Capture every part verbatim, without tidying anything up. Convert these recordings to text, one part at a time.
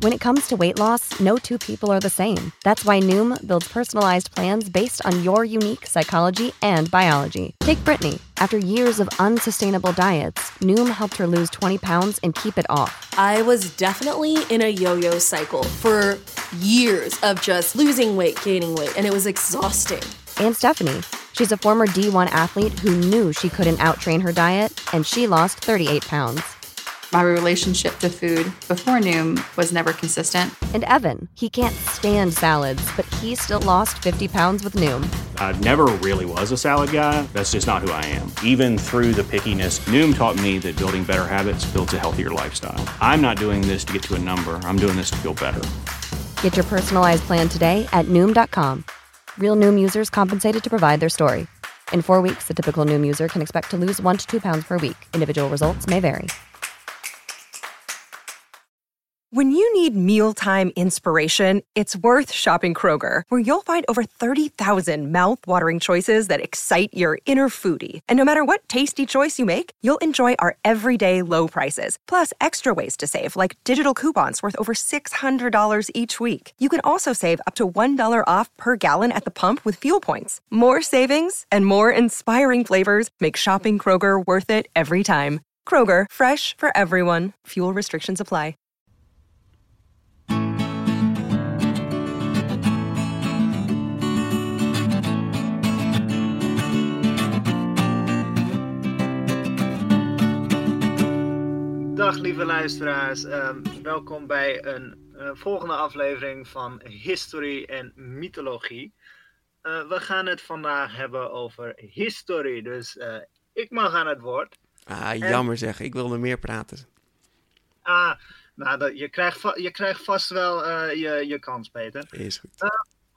When it comes to weight loss, no two people are the same. That's why Noom builds personalized plans based on your unique psychology and biology. Take Brittany. After years of unsustainable diets, Noom helped her lose twenty pounds and keep it off. I was definitely in a yo-yo cycle for years of just losing weight, gaining weight, and it was exhausting. And Stephanie. She's a former D one athlete who knew she couldn't outtrain her diet, and she lost thirty-eight pounds. My relationship to food before Noom was never consistent. And Evan, he can't stand salads, but he still lost fifty pounds with Noom. I never really was a salad guy. That's just not who I am. Even through the pickiness, Noom taught me that building better habits builds a healthier lifestyle. I'm not doing this to get to a number. I'm doing this to feel better. Get your personalized plan today at Noom dot com. Real Noom users compensated to provide their story. In four weeks, the typical Noom user can expect to lose one to two pounds per week. Individual results may vary. When you need mealtime inspiration, it's worth shopping Kroger, where you'll find over thirty thousand mouth-watering choices that excite your inner foodie. And no matter what tasty choice you make, you'll enjoy our everyday low prices, plus extra ways to save, like digital coupons worth over six hundred dollars each week. You can also save up to one dollar off per gallon at the pump with fuel points. More savings and more inspiring flavors make shopping Kroger worth it every time. Kroger, fresh for everyone. Fuel restrictions apply. Dag lieve luisteraars, um, welkom bij een uh, volgende aflevering van History en Mythologie. Uh, we gaan het vandaag hebben over historie, dus uh, ik mag aan het woord. Ah, jammer en... zeg, ik wilde meer praten. Ah, nou, dat, je, krijgt va- je krijgt vast wel uh, je, je kans, Peter. Is goed. Uh,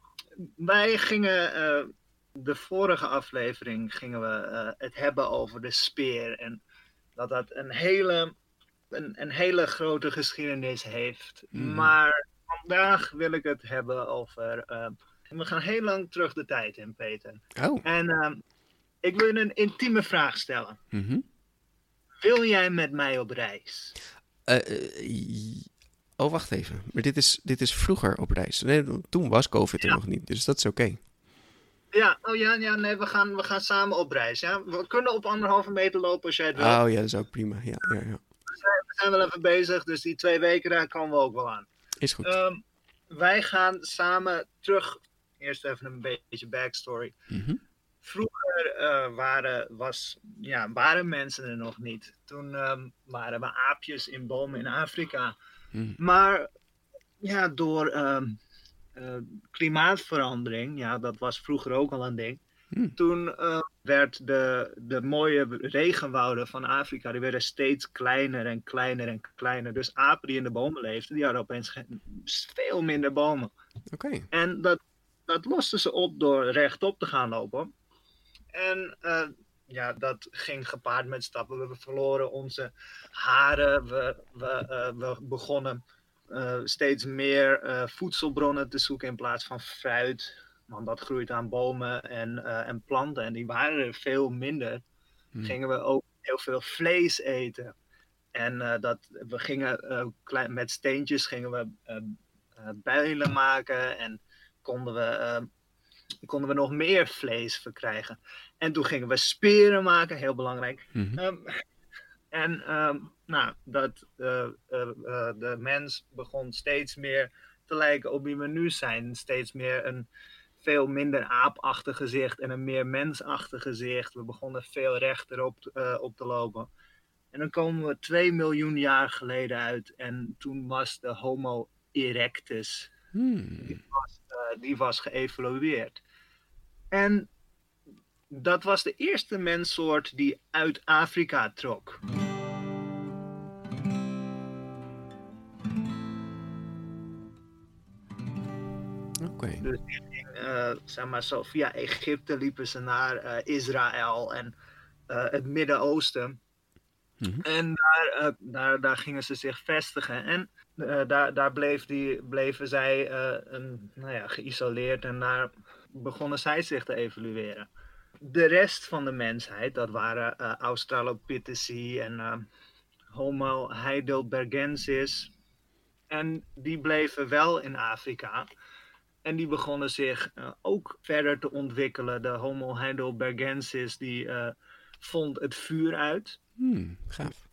wij gingen, uh, de vorige aflevering gingen we uh, het hebben over de speer en dat dat een hele... Een, een hele grote geschiedenis heeft. Mm. Maar vandaag wil ik het hebben over... Uh, we gaan heel lang terug de tijd in, Peter. Oh. En uh, ik wil je een intieme vraag stellen. Mm-hmm. Wil jij met mij op reis? Uh, uh, oh, wacht even. Maar dit is, dit is vroeger op reis. Nee, toen was COVID er ja. nog niet, dus dat is oké. Okay. Ja, oh ja, ja, nee, we gaan, we gaan samen op reis. Ja? We kunnen op anderhalve meter lopen als jij het wil. Oh ja, dat is ook prima. Ja, ja, ja. We zijn wel even bezig, dus die twee weken daar komen we ook wel aan. Is goed. Um, wij gaan samen terug. Eerst even een beetje backstory. Mm-hmm. Vroeger uh, waren, was, ja, waren mensen er nog niet. Toen um, waren we aapjes in bomen in Afrika. Mm. Maar ja, door um, uh, klimaatverandering, ja, dat was vroeger ook al een ding. Hmm. Toen uh, werd de, de mooie regenwouden van Afrika, die werden steeds kleiner en kleiner en kleiner. Dus apen die in de bomen leefden, die hadden opeens ge- veel minder bomen. Okay. En dat, dat losten ze op door rechtop te gaan lopen. En uh, ja, dat ging gepaard met stappen. We verloren onze haren, we, we, uh, we begonnen uh, steeds meer uh, voedselbronnen te zoeken in plaats van fruit. Want dat groeit aan bomen en, uh, en planten. En die waren er veel minder. Hmm. Gingen we ook heel veel vlees eten. En uh, dat, we gingen uh, klein, met steentjes gingen we uh, uh, bijlen maken. En konden we, uh, konden we nog meer vlees verkrijgen. En toen gingen we speren maken. Heel belangrijk. Hmm. Um, en um, nou, dat, uh, uh, uh, de mens begon steeds meer te lijken op wie we nu zijn. Steeds meer een... veel minder aapachtig gezicht en een meer mensachtig gezicht. We begonnen veel rechter op, uh, op te lopen. En dan komen we twee miljoen jaar geleden uit. En toen was de Homo erectus. Hmm. Die, was, uh, die was geëvolueerd. En dat was de eerste menssoort die uit Afrika trok. Okay. Dus die ging, uh, zeg maar zo, via Egypte liepen ze naar uh, Israël en uh, het Midden-Oosten. Mm-hmm. En daar, uh, daar, daar gingen ze zich vestigen. En uh, daar, daar bleef die, bleven zij uh, een, nou ja, geïsoleerd en daar begonnen zij zich te evolueren. De rest van de mensheid, dat waren uh, Australopitheci en uh, Homo heidelbergensis. En die bleven wel in Afrika. En die begonnen zich uh, ook verder te ontwikkelen. De Homo heidelbergensis die uh, vond het vuur uit. Hmm, gaaf.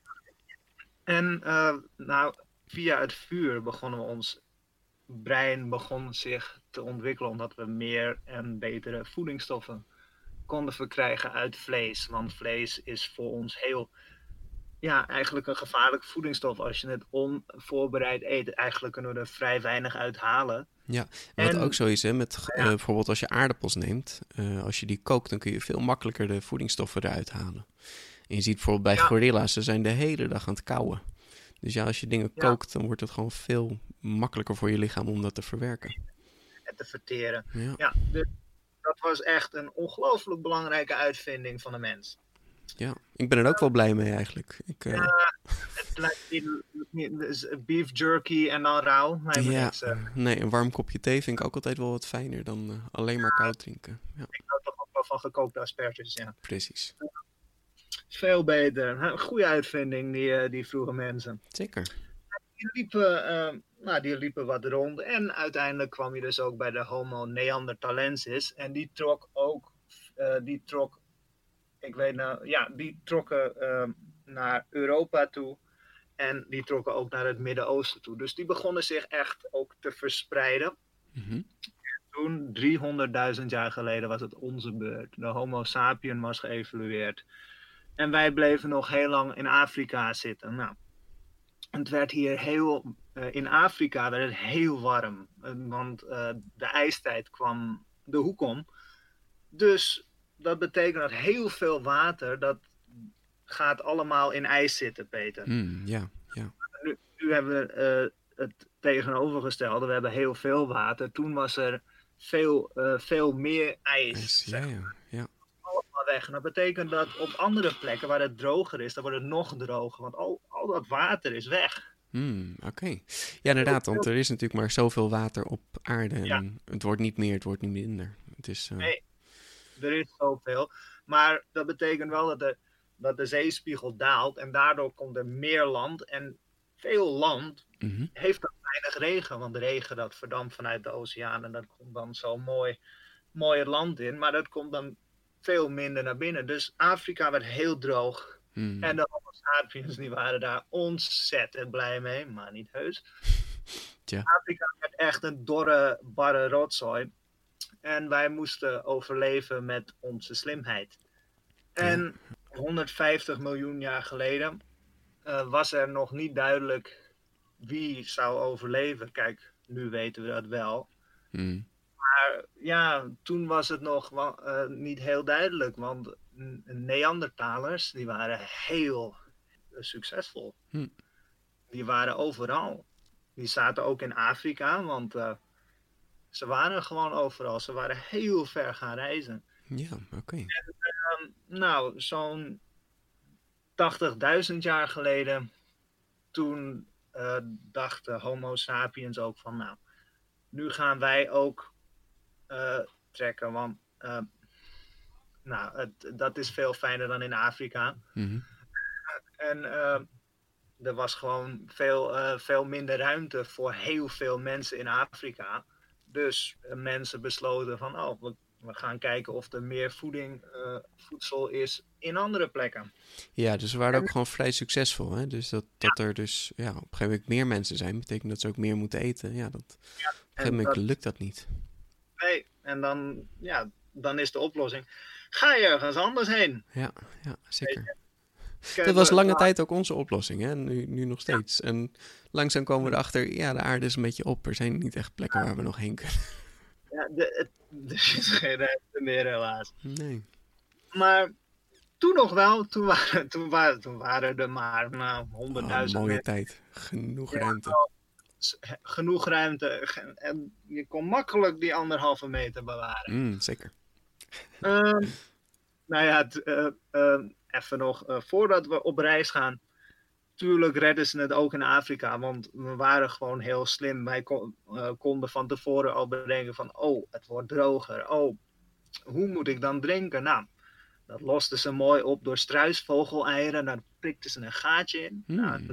En uh, nou, via het vuur begonnen we ons brein begon zich te ontwikkelen. Omdat we meer en betere voedingsstoffen konden verkrijgen uit vlees. Want vlees is voor ons heel... Ja, eigenlijk een gevaarlijke voedingsstof. Als je het onvoorbereid eet, eigenlijk kunnen we er vrij weinig uit halen. Ja, en wat en, ook zo is, hè, met uh, bijvoorbeeld als je aardappels neemt, uh, als je die kookt, dan kun je veel makkelijker de voedingsstoffen eruit halen. En je ziet bijvoorbeeld bij ja. gorilla's, ze zijn de hele dag aan het kauwen. Dus ja, als je dingen ja. kookt, dan wordt het gewoon veel makkelijker voor je lichaam om dat te verwerken. En te verteren. Ja, ja dus dat was echt een ongelooflijk belangrijke uitvinding van de mens. Ja, ik ben er ook wel blij mee eigenlijk. Ik, uh... Ja, het lijkt niet beef jerky en dan rauw. Nee, ja, niks, uh... nee, een warm kopje thee vind ik ook altijd wel wat fijner dan uh, alleen maar koud drinken. Ja. Ik hou toch ook wel van gekookte asperges, ja. Precies. Uh, veel beter. Goede uitvinding, die, uh, die vroege mensen. Zeker. Die liepen, uh, nou, die liepen wat rond en uiteindelijk kwam je dus ook bij de Homo neanderthalensis. En die trok ook, uh, die trok Ik weet nou, ja, die trokken uh, naar Europa toe en die trokken ook naar het Midden-Oosten toe. Dus die begonnen zich echt ook te verspreiden. Mm-hmm. Toen, driehonderdduizend jaar geleden, was het onze beurt. De Homo sapien was geëvolueerd. En wij bleven nog heel lang in Afrika zitten. Nou, het werd hier heel, uh, in Afrika werd het heel warm. Uh, want uh, de ijstijd kwam de hoek om. Dus... dat betekent dat heel veel water, dat gaat allemaal in ijs zitten, Peter. Mm, yeah, yeah. Nu, nu hebben we uh, het tegenovergestelde. We hebben heel veel water. Toen was er veel, uh, veel meer ijs. ijs ja, ja, ja. Allemaal weg. En dat betekent dat op andere plekken waar het droger is, dan wordt het nog droger. Want al, al dat water is weg. Mm, Oké. Okay. Ja, inderdaad. Want er is natuurlijk maar zoveel water op aarde. En ja. Het wordt niet meer, het wordt niet minder. Het is... Uh... Nee. Er is zoveel, maar dat betekent wel dat de, dat de zeespiegel daalt en daardoor komt er meer land. En veel land mm-hmm. heeft dan weinig regen, want de regen dat verdampt vanuit de oceaan en dat komt dan zo mooi, mooi het land in. Maar dat komt dan veel minder naar binnen. Dus Afrika werd heel droog mm. en de Homo sapiens die waren daar ontzettend blij mee, maar niet heus. Tja. Afrika werd echt een dorre, barre rotzooi. En wij moesten overleven met onze slimheid. En ja. honderdvijftig miljoen jaar geleden uh, was er nog niet duidelijk wie zou overleven. Kijk, nu weten we dat wel. Mm. Maar ja, toen was het nog uh, niet heel duidelijk. Want Neandertalers, die waren heel uh, succesvol. Mm. Die waren overal. Die zaten ook in Afrika, want... Uh, Ze waren gewoon overal. Ze waren heel ver gaan reizen. Ja, oké. Okay. En uh, nou, zo'n tachtigduizend jaar geleden... toen uh, dachten Homo sapiens ook van... nou, nu gaan wij ook uh, trekken. Want uh, nou, het, dat is veel fijner dan in Afrika. Mm-hmm. En uh, er was gewoon veel, uh, veel minder ruimte voor heel veel mensen in Afrika... Dus uh, mensen besloten van, oh, we, we gaan kijken of er meer voeding, uh, voedsel is in andere plekken. Ja, dus we waren ook gewoon vrij succesvol. Hè? Dus dat, dat ja. er dus ja, op een gegeven moment meer mensen zijn, betekent dat ze ook meer moeten eten. Ja, dat, ja, op een gegeven moment dat, lukt dat niet. Nee, en dan, ja, dan is de oplossing, ga je ergens anders heen. Ja, ja zeker. Kijk, dat was lange nou, tijd ook onze oplossing, hè? Nu, nu nog steeds. Ja. En langzaam komen we erachter, ja, de aarde is een beetje op. Er zijn niet echt plekken waar we nog heen kunnen. Ja, de, er is geen ruimte meer helaas. Nee. Maar toen nog wel, toen waren, toen waren, toen waren er maar nou, honderdduizend oh, mooie mensen. tijd, genoeg ja, ruimte. Nou, genoeg ruimte en je kon makkelijk die anderhalve meter bewaren. Mm, zeker. Uh, nou ja, t, uh, uh, even nog, uh, voordat we op reis gaan. Tuurlijk redden ze het ook in Afrika, want we waren gewoon heel slim. Wij kon, uh, konden van tevoren al bedenken van, oh, het wordt droger. Oh, hoe moet ik dan drinken? Nou, dat losten ze mooi op door struisvogeleieren. Daar prikten ze een gaatje in. Mm. Nou,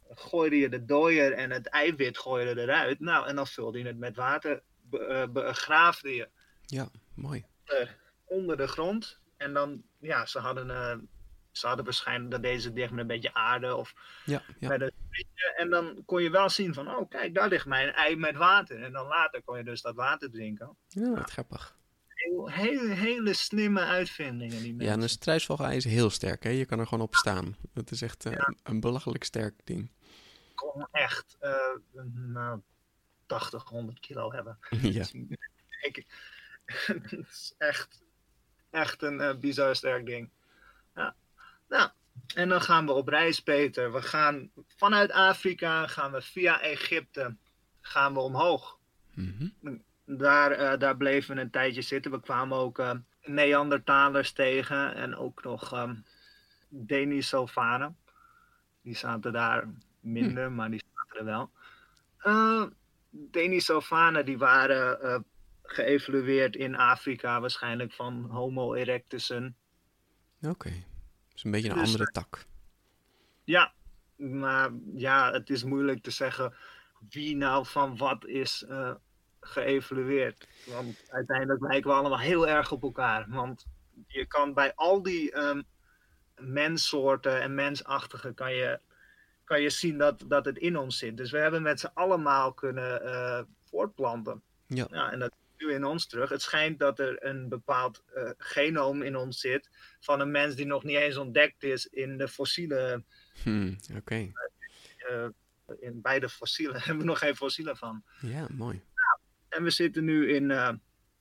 gooide je de dooier en het eiwit gooide eruit. Nou, en dan vulde je het met water, be, uh, begraafde je. Ja, mooi. Er, onder de grond. En dan, ja, ze hadden, uh, ze hadden waarschijnlijk, dat deze dicht met een beetje aarde of ja, ja. met een sprietje. En dan kon je wel zien van, oh kijk, daar ligt mijn ei met water. En dan later kon je dus dat water drinken. Ja, wat grappig. Heel, hele, hele slimme uitvindingen, die mensen. Ja, en een struisvogel-ei is heel sterk, hè? Je kan er gewoon op staan. Het is echt uh, ja. een, een belachelijk sterk ding. Kon echt uh, nou, tachtig, honderd kilo hebben. Ja. Ik, het is echt, echt een uh, bizar sterk ding. Ja. Nou, en dan gaan we op reis, Peter. We gaan vanuit Afrika, gaan we via Egypte, gaan we omhoog. Mm-hmm. Daar, uh, daar bleven we een tijdje zitten. We kwamen ook uh, Neandertalers tegen en ook nog um, Denisovanen. Die zaten daar minder, hm. maar die zaten er wel. Uh, Denisovanen die waren uh, geëvolueerd in Afrika, waarschijnlijk van Homo erectussen. Oké, okay. Dus een beetje een dus, andere tak. Ja, maar ja, het is moeilijk te zeggen wie nou van wat is uh, geëvolueerd. Want uiteindelijk lijken we allemaal heel erg op elkaar. Want je kan bij al die um, menssoorten en mensachtigen kan je, kan je zien dat, dat het in ons zit. Dus we hebben met z'n allemaal kunnen uh, voortplanten. Ja. Ja, en dat is nu in ons terug. Het schijnt dat er een bepaald uh, genoom in ons zit van een mens die nog niet eens ontdekt is in de fossiele... Hmm, Oké. Okay. Uh, in beide fossielen hebben we nog geen fossielen van. Ja, mooi. Nou, en we zitten nu in uh,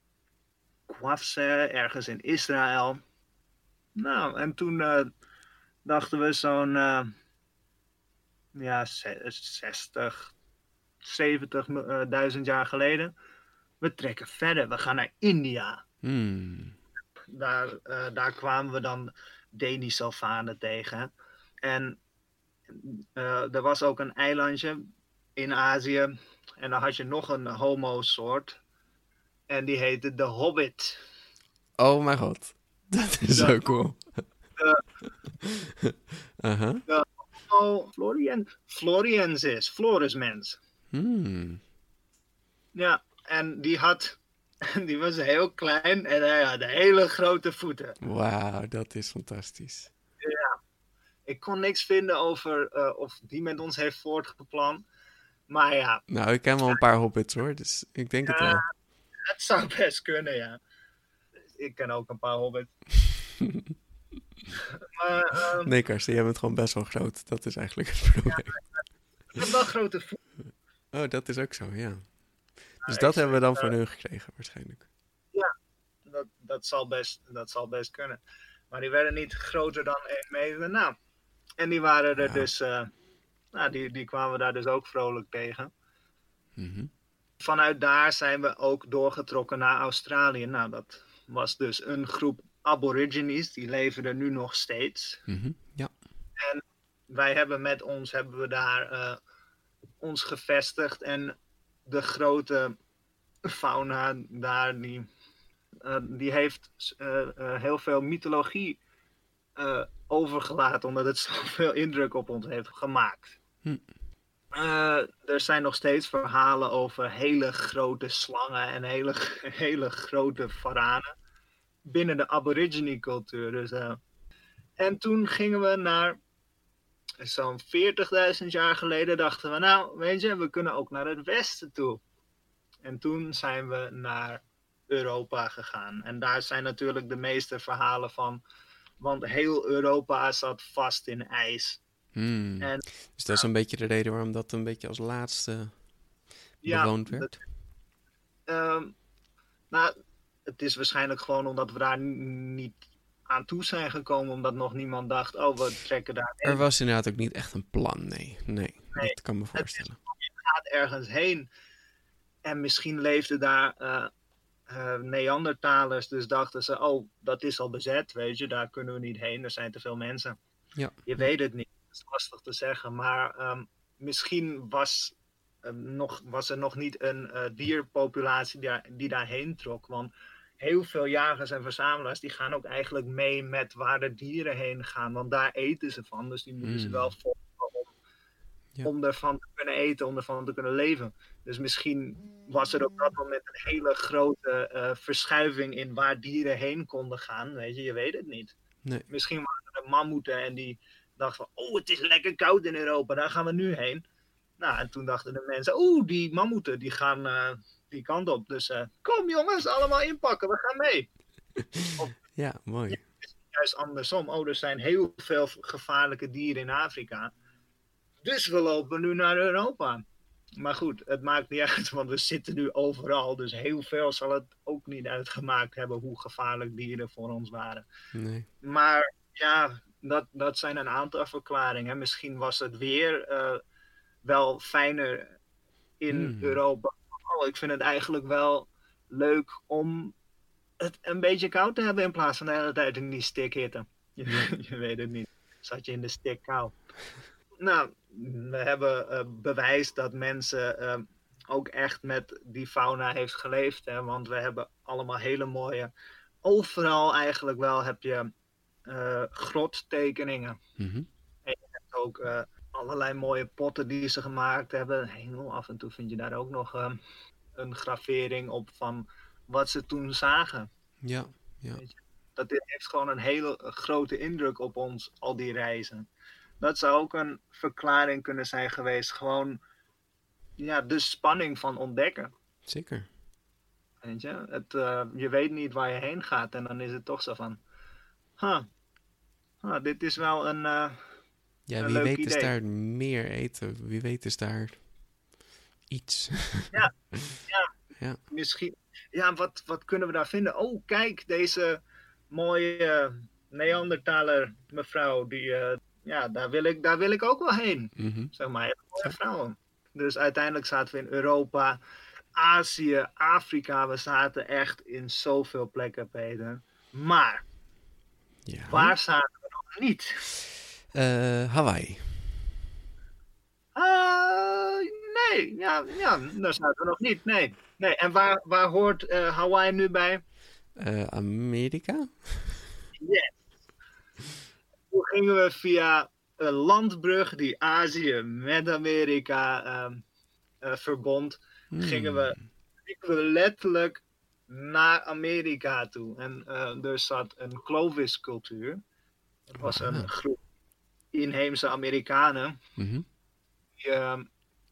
Qafze, ergens in Israël. Nou, en toen uh, dachten we zo'n uh, ja, zestig, zeventig duizend jaar geleden. We trekken verder, we gaan naar India. Hmm. Daar, uh, daar kwamen we dan Denisovanen tegen. En uh, er was ook een eilandje in Azië. En dan had je nog een homo-soort. En die heette de Hobbit. Oh mijn god. Dat is zo cool. De, uh-huh. de Homo Florien, Floriensis. Florismens. Hmm. Ja, en die had... Die was heel klein en hij had hele grote voeten. Wauw, dat is fantastisch. Ja. Ik kon niks vinden over uh, of die met ons heeft voortgeplant. Maar ja. Nou, ik ken wel een paar hobbits hoor, dus ik denk ja, het wel. Het zou best kunnen, ja. Ik ken ook een paar hobbits. maar, um, nee, Karsten, jij bent gewoon best wel groot. Dat is eigenlijk het probleem. Ja, ik heb wel grote voeten. Oh, dat is ook zo, ja. Dus ja, dat hebben we dan uh, van hun gekregen, waarschijnlijk. Ja, dat, dat, zal best, dat zal best kunnen. Maar die werden niet groter dan één meter. Nou, en die waren er ja. dus... Uh, nou, die, die kwamen daar dus ook vrolijk tegen. Mm-hmm. Vanuit daar zijn we ook doorgetrokken naar Australië. Nou, dat was dus een groep aborigines. Die leven er nu nog steeds. Mm-hmm. Ja. En wij hebben met ons hebben we daar uh, ons gevestigd. En de grote fauna daar, die, uh, die heeft uh, uh, heel veel mythologie uh, overgelaten. Omdat het zoveel indruk op ons heeft gemaakt. Hm. Uh, er zijn nog steeds verhalen over hele grote slangen en hele, hele grote varanen binnen de aborigine cultuur. Dus, uh, en toen gingen we naar zo'n veertigduizend jaar geleden, dachten we, nou weet je, we kunnen ook naar het westen toe. En toen zijn we naar Europa gegaan. En daar zijn natuurlijk de meeste verhalen van, want heel Europa zat vast in ijs. Hmm. En, dus dat is een beetje de reden waarom dat een beetje als laatste ja, bewoond werd? Dat, um, nou, het is waarschijnlijk gewoon omdat we daar n- niet aan toe zijn gekomen, omdat nog niemand dacht, oh, we trekken daar heen. Er was inderdaad ook niet echt een plan, nee. Nee, nee dat kan me voorstellen. Is, je gaat ergens heen en misschien leefden daar uh, uh, Neandertalers, dus dachten ze, oh, dat is al bezet, weet je, daar kunnen we niet heen, er zijn te veel mensen. Ja. Je weet het niet. Dat is lastig te zeggen, maar um, misschien was, um, nog, was er nog niet een uh, dierpopulatie die, die daarheen trok. Want heel veel jagers en verzamelaars die gaan ook eigenlijk mee met waar de dieren heen gaan. Want daar eten ze van, dus die moeten mm. ze wel volgen om Ja. om ervan te kunnen eten, om ervan te kunnen leven. Dus misschien was er op dat moment een hele grote uh, verschuiving in waar dieren heen konden gaan. Weet je, je weet het niet. Nee. Misschien waren er mammoeten en die dachten van, oh, het is lekker koud in Europa, daar gaan we nu heen. Nou, en toen dachten de mensen, oeh, die mammoeten, die gaan uh, die kant op. Dus uh, kom jongens, allemaal inpakken, we gaan mee. Of, ja, mooi. Ja, het is juist andersom. Oh, er zijn heel veel gevaarlijke dieren in Afrika. Dus we lopen nu naar Europa. Maar goed, het maakt niet uit, want we zitten nu overal. Dus heel veel zal het ook niet uitgemaakt hebben hoe gevaarlijk dieren voor ons waren. Nee. Maar ja, dat, dat zijn een aantal verklaringen. Misschien was het weer uh, wel fijner in hmm. Europa. Oh, ik vind het eigenlijk wel leuk om het een beetje koud te hebben in plaats van de hele tijd in die stikhitte. Je, ja. je weet het niet. Zat je in de stik kou. Nou, we hebben uh, bewijs dat mensen uh, ook echt met die fauna heeft geleefd. Hè? Want we hebben allemaal hele mooie... Overal eigenlijk wel heb je uh, grottekeningen. Mm-hmm. En je hebt ook uh, allerlei mooie potten die ze gemaakt hebben. Hengel, af en toe vind je daar ook nog uh, een gravering op van wat ze toen zagen. Ja, ja. Weet je? Dat dit heeft gewoon een hele grote indruk op ons, al die reizen. Dat zou ook een verklaring kunnen zijn geweest. Gewoon ja, de spanning van ontdekken. Zeker. Weet je? Het, uh, je weet niet waar je heen gaat. En dan is het toch zo van... Huh, huh, dit is wel een uh, Ja, een wie leuk weet idee. is daar meer eten. Wie weet is daar iets. Ja, ja. ja. Misschien... Ja, wat, wat kunnen we daar vinden? Oh, kijk, deze mooie uh, Neandertaler mevrouw. Die... Uh, Ja, daar wil, ik, daar wil ik ook wel heen. Mm-hmm. Zeg maar, mooie vrouwen. Dus uiteindelijk zaten we in Europa, Azië, Afrika. We zaten echt in zoveel plekken, Peter. Maar, ja. waar zaten we nog niet? Uh, Hawaii. Uh, nee, ja, ja, daar zaten we nog niet. Nee, nee. En waar, waar hoort uh, Hawaii nu bij? Uh, Amerika? Yes. Toen gingen we via een landbrug die Azië met Amerika uh, uh, verbond, hmm. gingen we, gingen we letterlijk naar Amerika toe. En uh, er zat een Clovis-cultuur. Dat was een ah. groep inheemse Amerikanen. Mm-hmm. Die, uh,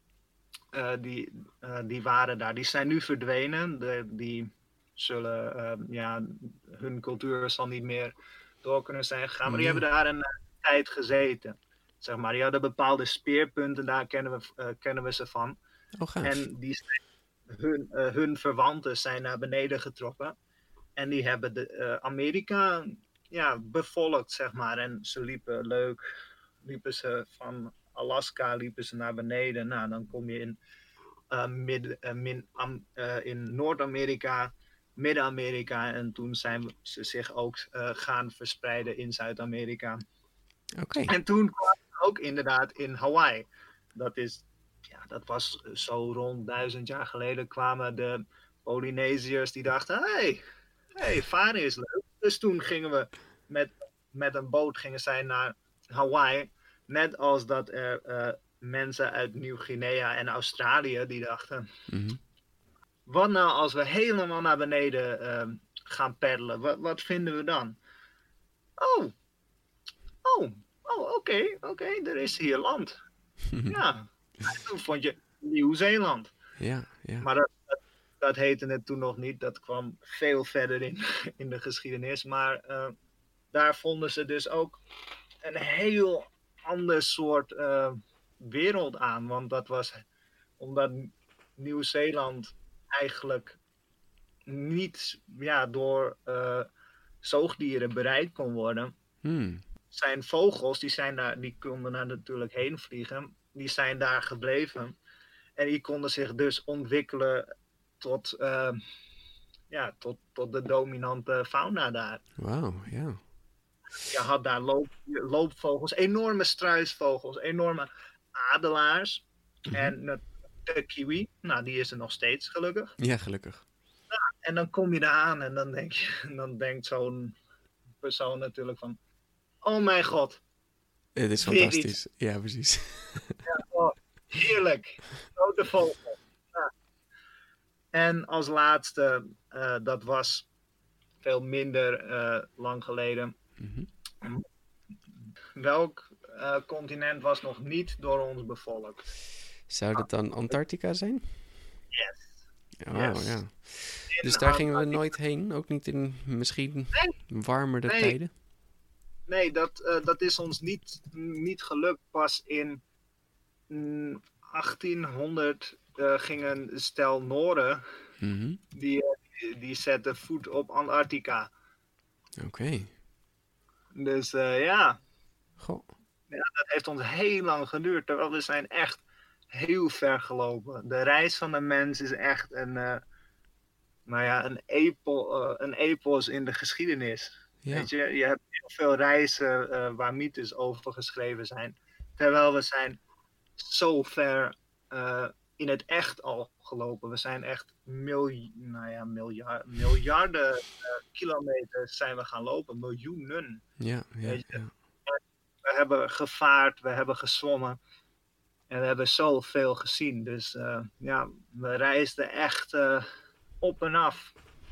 uh, die, uh, die waren daar. Die zijn nu verdwenen. De, die zullen, uh, ja, hun cultuur zal niet meer door kunnen zijn gegaan. Maar die hebben daar een uh, tijd gezeten. Zeg maar, die hadden bepaalde speerpunten, daar kennen we, uh, kennen we ze van. Oh, gaaf. En die zijn, hun, uh, hun verwanten zijn naar beneden getrokken. En die hebben de, uh, Amerika ja, bevolkt, zeg maar. En ze liepen leuk, liepen ze van Alaska liepen ze naar beneden. Nou, dan kom je in, uh, mid, uh, min, um, uh, in Noord-Amerika, Midden-Amerika. En toen zijn ze zich ook uh, gaan verspreiden in Zuid-Amerika. Okay. En toen kwamen ze ook inderdaad in Hawaii. Dat is, ja, dat was zo rond duizend jaar geleden kwamen de Polynesiërs die dachten, hey, hey, varen is leuk. Dus toen gingen we met, met een boot gingen zij naar Hawaii. Net als dat er uh, mensen uit Nieuw-Guinea en Australië die dachten, mm-hmm. wat nou als we helemaal naar beneden uh, gaan peddelen? Wat, wat vinden we dan? Oh, oh, oh oké, okay, oké, okay, er is hier land. Ja, en toen vond je Nieuw-Zeeland. Ja, ja. Maar dat, dat, dat heette het toen nog niet. Dat kwam veel verder in, in de geschiedenis. Maar uh, daar vonden ze dus ook een heel ander soort uh, wereld aan. Want dat was omdat Nieuw-Zeeland eigenlijk niet ja, door uh, zoogdieren bereikt kon worden. Hmm. Zijn vogels, die, zijn daar, die konden daar natuurlijk heen vliegen. Die zijn daar gebleven. En die konden zich dus ontwikkelen tot, uh, ja, tot, tot de dominante fauna daar. Wauw, ja. Yeah. Je had daar loop, loopvogels, enorme struisvogels, enorme adelaars. Mm-hmm. En de kiwi, nou die is er nog steeds gelukkig. Ja, gelukkig. Ja, en dan kom je daar aan en dan, denk je, dan denkt zo'n persoon natuurlijk van, oh mijn god. Het is fantastisch, ja precies. Ja, oh, Heerlijk. Grote vogel. Ja. En als laatste, uh, dat was veel minder uh, lang geleden. Mm-hmm. Welk uh, continent was nog niet door ons bevolkt? Zou dat dan Antarctica zijn? Yes. Oh, yes. Ja. Dus daar gingen we nooit heen? Ook niet in misschien nee. warmere nee. tijden? Nee, dat, uh, dat is ons niet, niet gelukt. Pas in mm, achttienhonderd uh, ging een stel Noren, mm-hmm. die, uh, die zetten voet op Antarctica. Oké. Okay. Dus uh, ja. Goh. ja, dat heeft ons heel lang geduurd. Terwijl we zijn echt heel ver gelopen. De reis van de mens is echt een, uh, nou ja, een, epos, uh, een epos in de geschiedenis. Ja. Weet je, je hebt heel veel reizen uh, waar mythes over geschreven zijn. Terwijl we zijn zo ver uh, in het echt al gelopen. We zijn echt milj- nou ja, miljard, miljarden uh, kilometers zijn we gaan lopen. Miljoenen. Ja, ja, Weet je? Ja. We hebben gevaard, we hebben gezwommen. En we hebben zoveel gezien. Dus uh, ja, we reisden echt uh, op en af.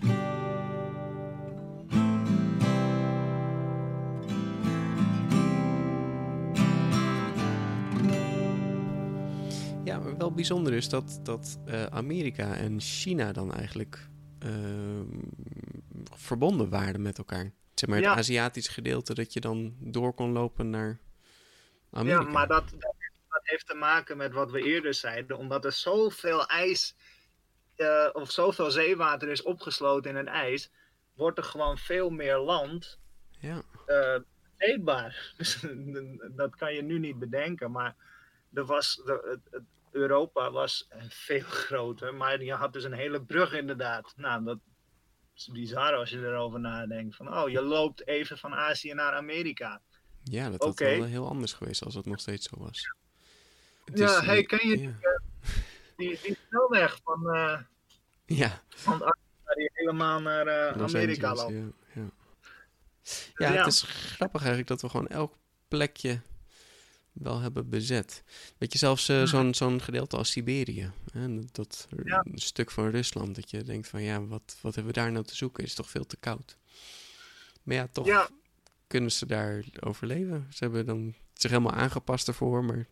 Ja, maar wel bijzonder is dat, dat uh, Amerika en China dan eigenlijk uh, verbonden waren met elkaar. Zeg maar het ja. Aziatisch gedeelte dat je dan door kon lopen naar Amerika. Ja, maar dat, dat heeft te maken met wat we eerder zeiden. Omdat er zoveel ijs uh, of zoveel zeewater is opgesloten in het ijs, wordt er gewoon veel meer land ja. uh, eetbaar. Dus dat kan je nu niet bedenken. Maar er was, de, het, Europa was veel groter. Maar je had dus een hele brug inderdaad. Nou, dat is bizar als je erover nadenkt. Van, oh, je loopt even van Azië naar Amerika. Ja, dat had okay. wel heel anders geweest als het nog steeds zo was. Het ja, is, hey, ken je ja. die, die, die snelweg van, uh, ja. van Afrika die helemaal naar uh, Amerika loopt? Ja, ja. Ja, ja, het is grappig eigenlijk dat we gewoon elk plekje wel hebben bezet. Weet je, zelfs uh, zo'n, zo'n gedeelte als Siberië. Hè, dat ja. Een stuk van Rusland. Dat je denkt van ja, wat, wat hebben we daar nou te zoeken? Is toch veel te koud. Maar ja, toch ja. kunnen ze daar overleven. Ze hebben dan zich helemaal aangepast ervoor, maar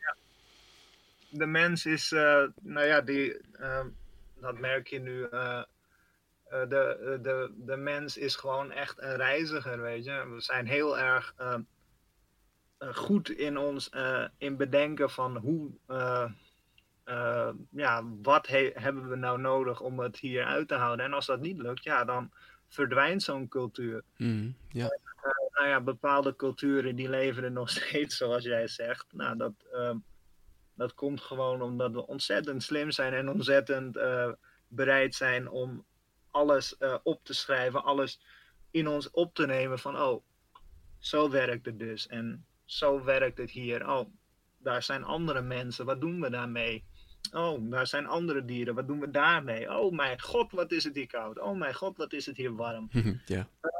de mens is, uh, nou ja, die, uh, dat merk je nu, uh, uh, de, de, de mens is gewoon echt een reiziger, weet je. We zijn heel erg uh, uh, goed in ons, uh, in bedenken van hoe, uh, uh, ja, wat he- hebben we nou nodig om het hier uit te houden. En als dat niet lukt, ja, dan verdwijnt zo'n cultuur. Mm, ja. Uh, nou ja, bepaalde culturen die leven er nog steeds, zoals jij zegt. Nou, dat... Uh, Dat komt gewoon omdat we ontzettend slim zijn en ontzettend uh, bereid zijn om alles uh, op te schrijven, alles in ons op te nemen van, oh, zo werkt het dus en zo werkt het hier. Oh, daar zijn andere mensen, wat doen we daarmee? Oh, daar zijn andere dieren, wat doen we daarmee? Oh mijn god, wat is het hier koud? Oh mijn god, wat is het hier warm? Ja. Uh,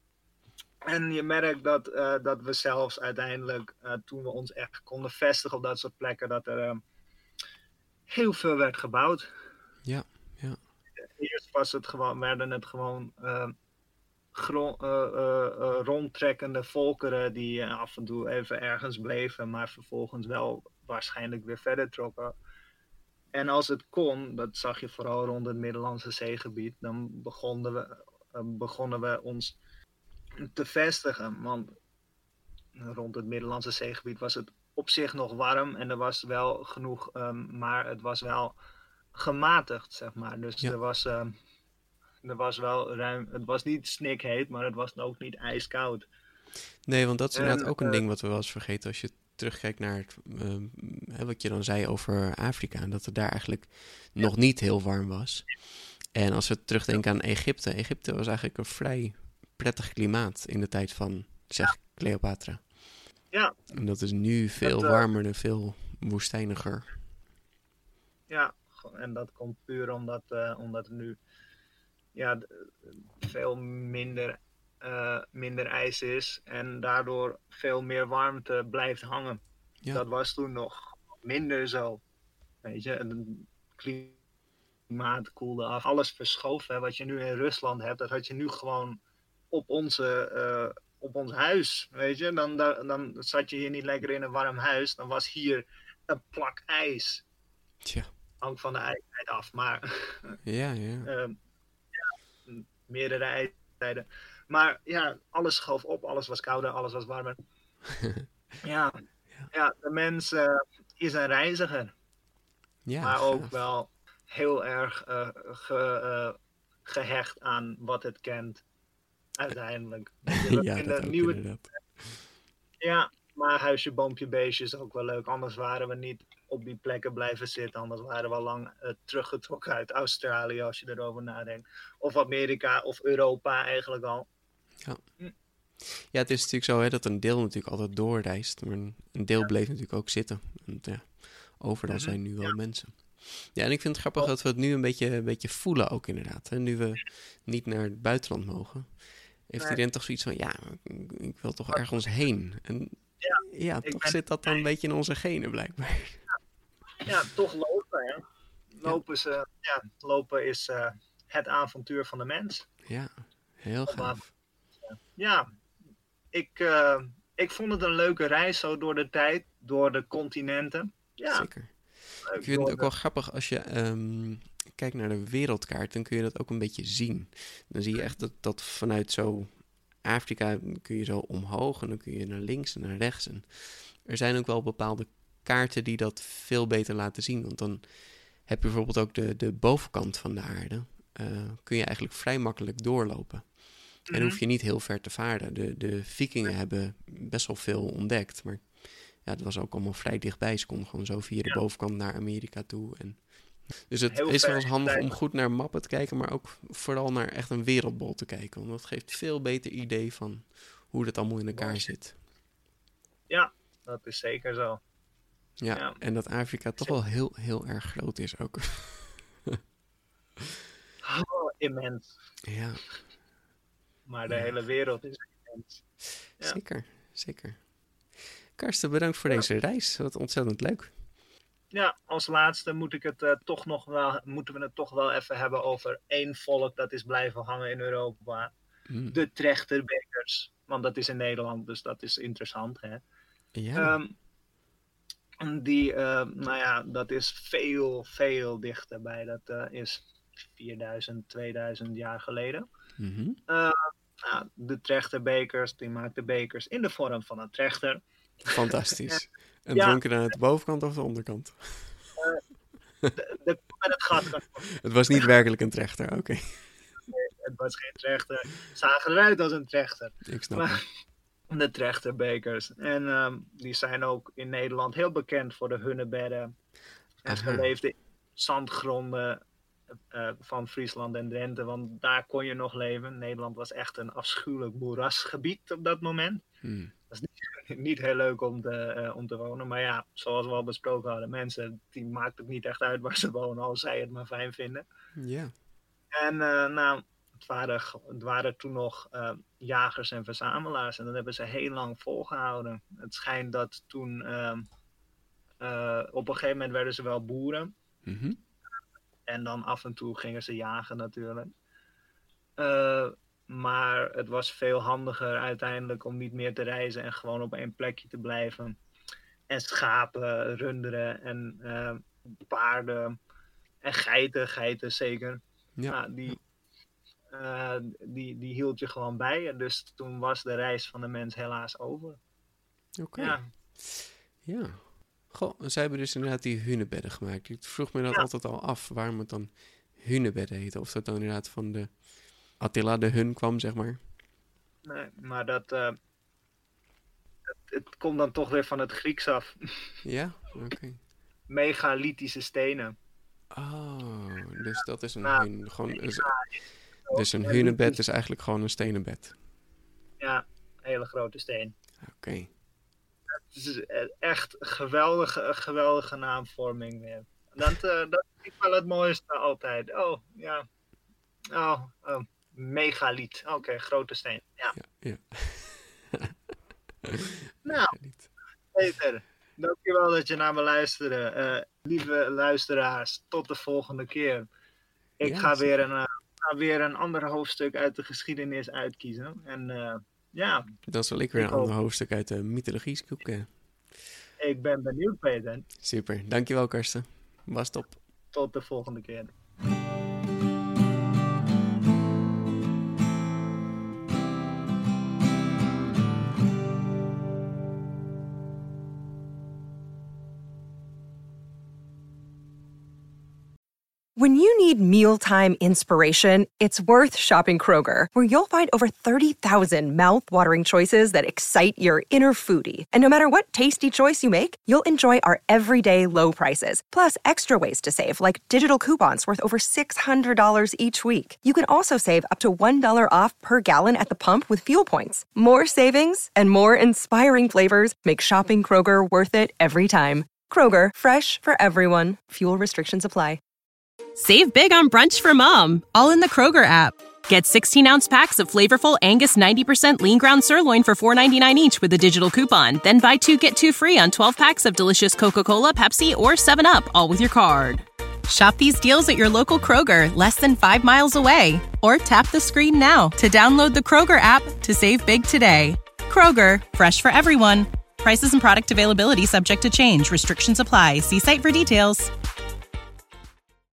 En je merkt dat, uh, dat we zelfs uiteindelijk, uh, toen we ons echt konden vestigen op dat soort plekken, dat er uh, heel veel werd gebouwd. Ja, ja. Eerst was het gewoon, werden het gewoon uh, gro- uh, uh, uh, rondtrekkende volkeren die uh, af en toe even ergens bleven, maar vervolgens wel waarschijnlijk weer verder trokken. En als het kon, dat zag je vooral rond het Middellandse Zeegebied, dan begonnen we, uh, begonnen we ons te vestigen, want rond het Middellandse Zeegebied was het op zich nog warm en er was wel genoeg, um, maar het was wel gematigd, zeg maar. Dus ja. er was, um, er was wel ruim, het was niet snikheet, maar het was ook niet ijskoud. Nee, want dat is en, inderdaad ook een uh, ding wat we wel eens vergeten als je terugkijkt naar het, uh, wat je dan zei over Afrika, en dat het daar eigenlijk ja. nog niet heel warm was. En als we terugdenken aan Egypte, Egypte was eigenlijk een vrij prettig klimaat in de tijd van, zeg, Cleopatra. Ja. En dat is nu veel dat, warmer en veel woestijniger. Ja, en dat komt puur omdat, uh, omdat er nu ja, veel minder, uh, minder ijs is en daardoor veel meer warmte blijft hangen. Ja. Dat was toen nog minder zo. Weet je, het klimaat koelde af. Alles verschoof. Hè. Wat je nu in Rusland hebt, dat had je nu gewoon op, onze, uh, op ons huis. Weet je, dan, dan, dan zat je hier niet lekker in een warm huis. Dan was hier een plak ijs. Tja. Hangt van de ijstijd af, maar Ja, ja. uh, ja, meerdere ijstijden. Maar ja, alles schoof op, alles was kouder, alles was warmer. ja. ja, ja, de mens uh, is een reiziger. Ja, maar ook gaaf. wel heel erg uh, ge, uh, gehecht aan wat het kent. Uiteindelijk. We ja, dat ook nieuwe... inderdaad. Ja, maar huisje, boompje, beestje is ook wel leuk. Anders waren we niet op die plekken blijven zitten. Anders waren we al lang uh, teruggetrokken uit Australië, als je erover nadenkt. Of Amerika, of Europa eigenlijk al. Ja. Ja, het is natuurlijk zo hè, dat een deel natuurlijk altijd doorreist. Maar een deel bleef natuurlijk ook zitten. En, ja, overal mm-hmm. zijn nu wel ja. mensen. Ja, en ik vind het grappig oh. dat we het nu een beetje, een beetje voelen ook inderdaad. Hè? Nu we niet naar het buitenland mogen. Heeft nee. iedereen toch zoiets van, ja, ik wil toch ergens heen. En ja, ja toch ben... zit dat dan een beetje in onze genen blijkbaar. Ja, ja toch lopen hè. Lopen, ja. Is, uh, ja, lopen is uh, het avontuur van de mens. Ja, heel gaaf. Ja, ik, uh, ik vond het een leuke reis zo door de tijd, door de continenten. Ja. Zeker. Ik vind het ook wel grappig als je um, kijkt naar de wereldkaart, dan kun je dat ook een beetje zien. Dan zie je echt dat, dat vanuit zo Afrika kun je zo omhoog en dan kun je naar links en naar rechts. En er zijn ook wel bepaalde kaarten die dat veel beter laten zien. Want dan heb je bijvoorbeeld ook de, de bovenkant van de aarde. Uh, kun je eigenlijk vrij makkelijk doorlopen. En mm-hmm. hoef je niet heel ver te varen. De, de vikingen hebben best wel veel ontdekt, maar ja, het was ook allemaal vrij dichtbij. Ze konden gewoon zo via de ja. bovenkant naar Amerika toe. En dus het heel is wel eens handig om goed naar mappen te kijken, maar ook vooral naar echt een wereldbol te kijken. Want dat geeft veel beter idee van hoe dat allemaal in elkaar zit. Ja, dat is zeker zo. Ja, ja. En dat Afrika toch wel heel, heel erg groot is ook. oh, immens. Ja. Maar de ja. hele wereld is immens. Ja. Zeker, zeker. Karsten, bedankt voor ja. deze reis. Wat ontzettend leuk. Ja, als laatste moet ik het, uh, toch nog wel, moeten we het toch wel even hebben over één volk dat is blijven hangen in Europa. Mm. De Trechterbekers. Want dat is in Nederland, dus dat is interessant. Hè? Ja. Um, die, uh, nou ja, dat is veel, veel dichterbij. Dat uh, is vierduizend, tweeduizend jaar geleden. Mm-hmm. Uh, nou, de Trechterbekers, die maakten bekers in de vorm van een trechter. Fantastisch. En ja. dronken dan uit de bovenkant of de onderkant? Uh, de, de, met het gat. Het was niet werkelijk een trechter, oké. Okay. Nee, het was geen trechter. Het zagen eruit als een trechter. Ik snap maar, het. De Trechterbekers. En um, die zijn ook in Nederland heel bekend voor de hunebedden. En ze leefden in zandgronden uh, van Friesland en Drenthe. Want daar kon je nog leven. Nederland was echt een afschuwelijk moerasgebied op dat moment. Hmm. Dat is niet, niet heel leuk om te, uh, om te wonen. Maar ja, zoals we al besproken hadden, mensen, die maakt het niet echt uit waar ze wonen, als zij het maar fijn vinden. Ja. En uh, nou, het waren, het waren toen nog uh, jagers en verzamelaars. En dat hebben ze heel lang volgehouden. Het schijnt dat toen, uh, uh, op een gegeven moment werden ze wel boeren. Mm-hmm. En dan af en toe gingen ze jagen natuurlijk. Uh, Maar het was veel handiger uiteindelijk om niet meer te reizen en gewoon op één plekje te blijven. En schapen, runderen en uh, paarden en geiten, geiten zeker. Ja. Nou, die, uh, die, die hield je gewoon bij. En dus toen was de reis van de mens helaas over. Oké. Okay. Ja. ja. Goh, zij hebben dus inderdaad die hunebedden gemaakt. Ik vroeg me dat ja. altijd al af, waarom het dan hunebedden heette. Of dat dan inderdaad van de Attila de Hun kwam, zeg maar. Nee, maar dat... Uh, het, het komt dan toch weer van het Grieks af. Ja? Oké. Okay. Megalithische stenen. Oh, dus dat is een... Nou, hun, gewoon, is, dus een hunebed is eigenlijk gewoon een stenen bed. Ja, een hele grote steen. Oké. Okay. Het is echt een geweldige, geweldige naamvorming weer. Dat, uh, dat is wel het mooiste altijd. Oh, ja. Oh, oh. Megaliet. Oké, okay, grote steen. Ja. ja, ja. Nou, Peter. Dankjewel dat je naar me luisterde. Uh, lieve luisteraars, tot de volgende keer. Ik Ja, ga, zeker. weer een, uh, ga weer een ander hoofdstuk uit de geschiedenis uitkiezen. En uh, ja, Dan zal ik weer een Ik ander hoop- hoofdstuk uit de mythologie zoeken. ik ben benieuwd, Peter. Super, dankjewel Karsten. Was top. Tot de volgende keer. When you need mealtime inspiration, it's worth shopping Kroger, where you'll find over thirty thousand mouth-watering choices that excite your inner foodie. And no matter what tasty choice you make, you'll enjoy our everyday low prices, plus extra ways to save, like digital coupons worth over six hundred dollars each week. You can also save up to one dollar off per gallon at the pump with fuel points. More savings and more inspiring flavors make shopping Kroger worth it every time. Kroger, fresh for everyone. Fuel restrictions apply. Save big on brunch for mom, all in the Kroger app. Get sixteen-ounce packs of flavorful Angus ninety percent lean ground sirloin for four ninety-nine each with a digital coupon. Then buy two, get two free on twelve packs of delicious Coca-Cola, Pepsi, or seven up, all with your card. Shop these deals at your local Kroger, less than five miles away. Or tap the screen now to download the Kroger app to save big today. Kroger, fresh for everyone. Prices and product availability subject to change. Restrictions apply. See site for details.